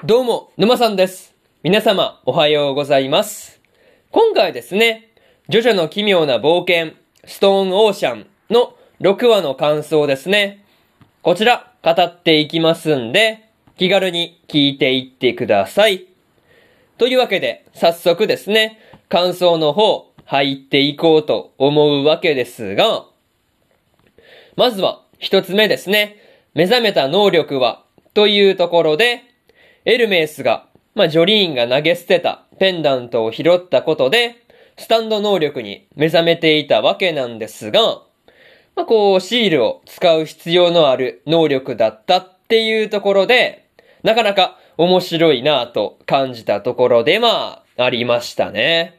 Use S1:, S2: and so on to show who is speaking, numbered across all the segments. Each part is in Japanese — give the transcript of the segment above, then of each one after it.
S1: どうも、沼さんです。皆様、おはようございます。今回ですね、ジョジョの奇妙な冒険、ストーンオーシャンの6話の感想ですね。こちら、語っていきますんで、気軽に聞いていってください。というわけで、早速ですね、感想の方、入っていこうと思うわけですが、まずは、一つ目ですね、目覚めた能力は、というところで、エルメイスが、ジョリーンが投げ捨てたペンダントを拾ったことで、スタンド能力に目覚めていたわけなんですが、シールを使う必要のある能力だったっていうところで、なかなか面白いなぁと感じたところでありましたね。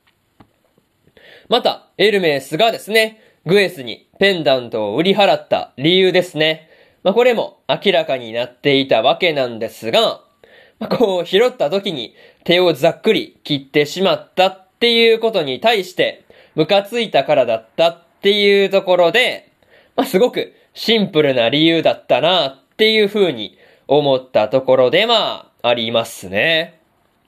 S1: また、エルメイスがですね、グエスにペンダントを売り払った理由ですね。これも明らかになっていたわけなんですが、拾った時に手をざっくり切ってしまったっていうことに対して、ムカついたからだったっていうところで、すごくシンプルな理由だったなっていう風に思ったところでありますね。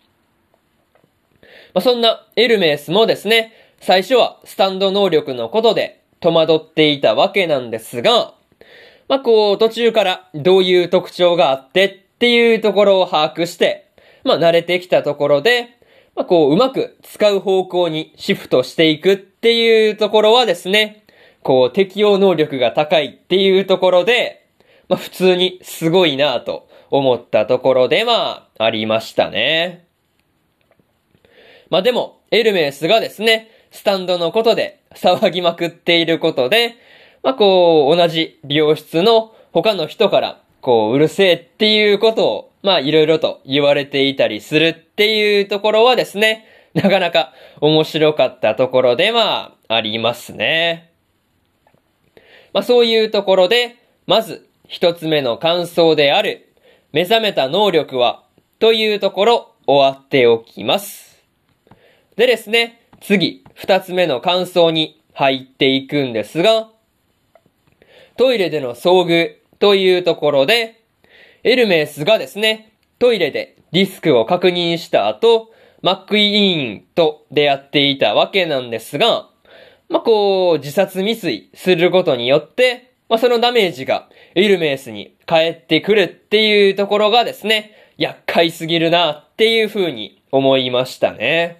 S1: そんなエルメイスもですね、最初はスタンド能力のことで戸惑っていたわけなんですが、途中からどういう特徴があってっていうところを把握して、慣れてきたところで、うまく使う方向にシフトしていくっていうところはですね、適応能力が高いっていうところで、普通にすごいなぁと思ったところでありましたね。でも、エルメイスがですね、スタンドのことで騒ぎまくっていることで、同じ病室の他の人から、うるせえっていうことを、いろいろと言われていたりするっていうところはですね、なかなか面白かったところでありますね。そういうところで、まず一つ目の感想である、目覚めた能力は、というところ終わっておきます。でですね、次、二つ目の感想に入っていくんですが、トイレでの遭遇というところで、エルメイスがですね、トイレでディスクを確認した後、マックイーンと出会っていたわけなんですが、自殺未遂することによって、そのダメージがエルメイスに返ってくるっていうところがですね、厄介すぎるなっていう風に思いましたね。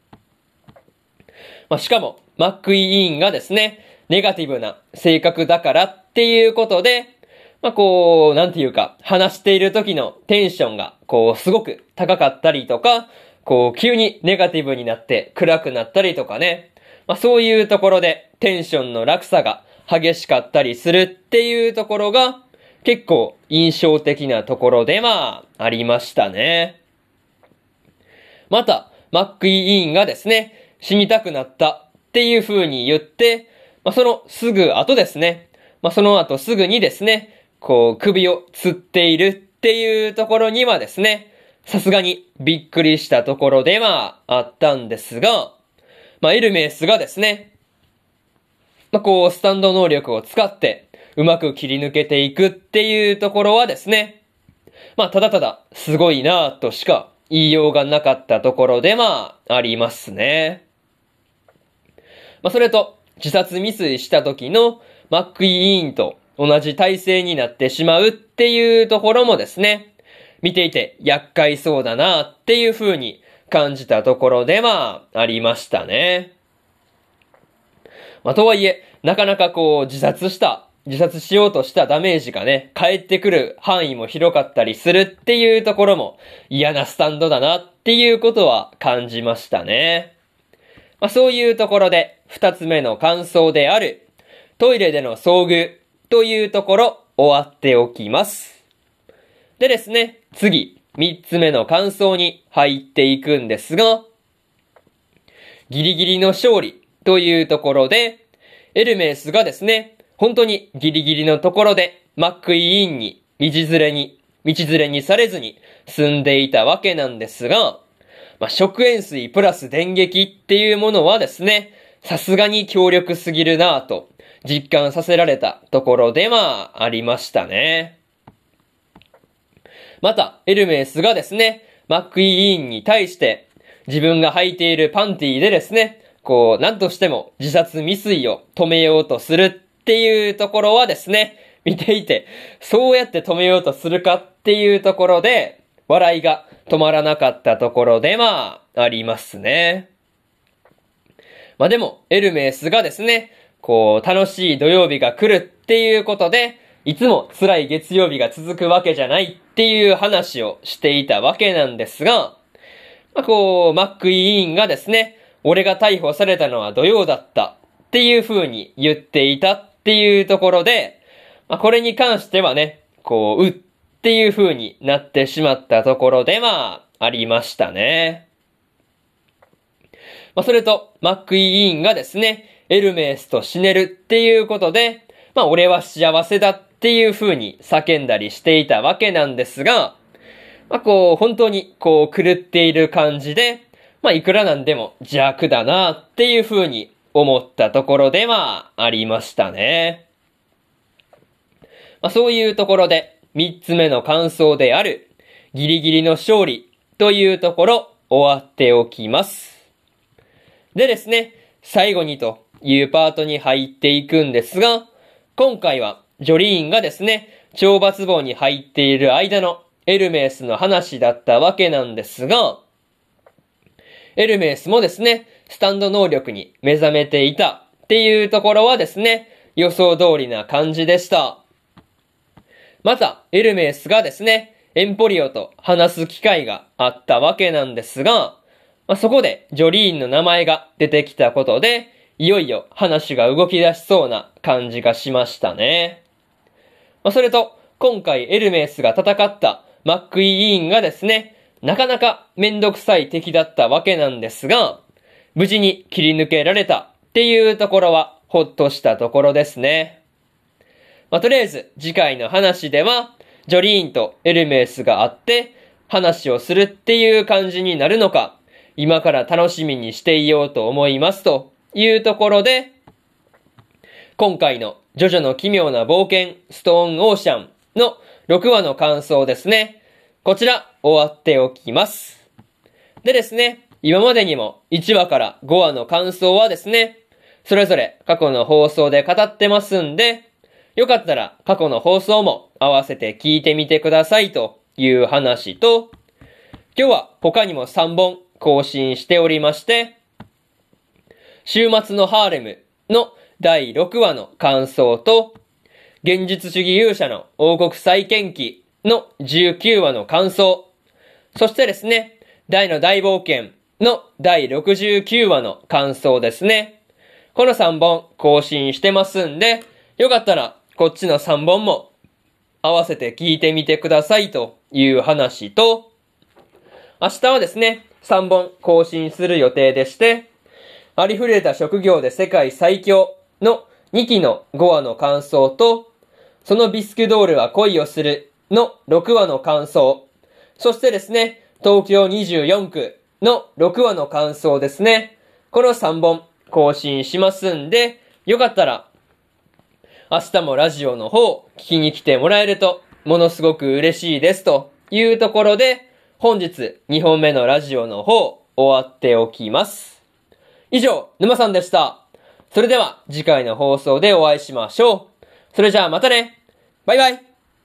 S1: しかも、マックイーンがですね、ネガティブな性格だからっていうことで、なんていうか、話している時のテンションが、すごく高かったりとか、急にネガティブになって暗くなったりとかね。そういうところでテンションの落差が激しかったりするっていうところが、結構印象的なところでありましたね。また、マックイーンがですね、死にたくなったっていう風に言って、そのすぐ後ですね。その後すぐにですね、首を吊っているっていうところにはですね、さすがにびっくりしたところであったんですが、エルメイスがですね、スタンド能力を使ってうまく切り抜けていくっていうところはですね、ただただすごいなぁとしか言いようがなかったところでありますね。それと、自殺未遂した時のマックイーンと同じ体勢になってしまうっていうところもですね、見ていて厄介そうだなっていう風に感じたところでありましたね。とはいえ、なかなか自殺しようとしたダメージがね、返ってくる範囲も広かったりするっていうところも嫌なスタンドだなっていうことは感じましたね。そういうところで二つ目の感想であるトイレでの遭遇というところ終わっておきます。でですね、次三つ目の感想に入っていくんですが、ギリギリの勝利というところで、エルメイスがですね、本当にギリギリのところでマックイーンに道連れにされずに済んでいたわけなんですが、食塩水プラス電撃っていうものはですね、さすがに強力すぎるなぁと実感させられたところでありましたね。 また、エルメスがですね、マックイーンに対して、自分が履いているパンティでですね、なんとしても自殺未遂を止めようとするっていうところはですね、見ていて、そうやって止めようとするかっていうところで、笑いが止まらなかったところで、ありますね。でも、エルメスがですね、楽しい土曜日が来るっていうことで、いつも辛い月曜日が続くわけじゃないっていう話をしていたわけなんですが、マックイーンがですね、俺が逮捕されたのは土曜だったっていう風に言っていたっていうところで、これに関してはね、っていう風になってしまったところでありましたね。それと、マックイーンがですね、エルメスと死ねるっていうことで、俺は幸せだっていう風に叫んだりしていたわけなんですが、本当に狂っている感じで、いくらなんでも邪悪だなっていう風に思ったところでありましたね。そういうところで、3つ目の感想である、ギリギリの勝利というところ、終わっておきます。でですね、最後にというパートに入っていくんですが、今回はジョリーンがですね、懲罰房に入っている間のエルメスの話だったわけなんですが、エルメスもですね、スタンド能力に目覚めていたっていうところはですね、予想通りな感じでした。また、エルメスがですね、エンポリオと話す機会があったわけなんですが、そこでジョリーンの名前が出てきたことで、いよいよ話が動き出しそうな感じがしましたね。それと、今回エルメスが戦ったマックイーンがですね、なかなかめんどくさい敵だったわけなんですが、無事に切り抜けられたっていうところはほっとしたところですね。とりあえず次回の話では、ジョリーンとエルメスが会って話をするっていう感じになるのか、今から楽しみにしていようと思いますというところで、今回のジョジョの奇妙な冒険ストーンオーシャンの6話の感想ですね。こちら終わっておきます。でですね、今までにも1話から5話の感想はですね、それぞれ過去の放送で語ってますんで、よかったら過去の放送も合わせて聞いてみてくださいという話と、今日は他にも3本更新しておりまして、週末のハーレムの第6話の感想と、現実主義勇者の王国再建記の19話の感想、そしてですね、大の大冒険の第69話の感想ですね。この3本更新してますんで、よかったらこっちの3本も合わせて聞いてみてくださいという話と、明日はですね、3本更新する予定でして、ありふれた職業で世界最強の2期の5話の感想と、そのビスクドールは恋をするの6話の感想、そしてですね、東京24区の6話の感想ですね。この3本更新しますんで、よかったら明日もラジオの方聞きに来てもらえるとものすごく嬉しいですというところで、本日2本目のラジオの方終わっておきます。以上、沼さんでした。それでは次回の放送でお会いしましょう。それじゃあまたね。バイバイ。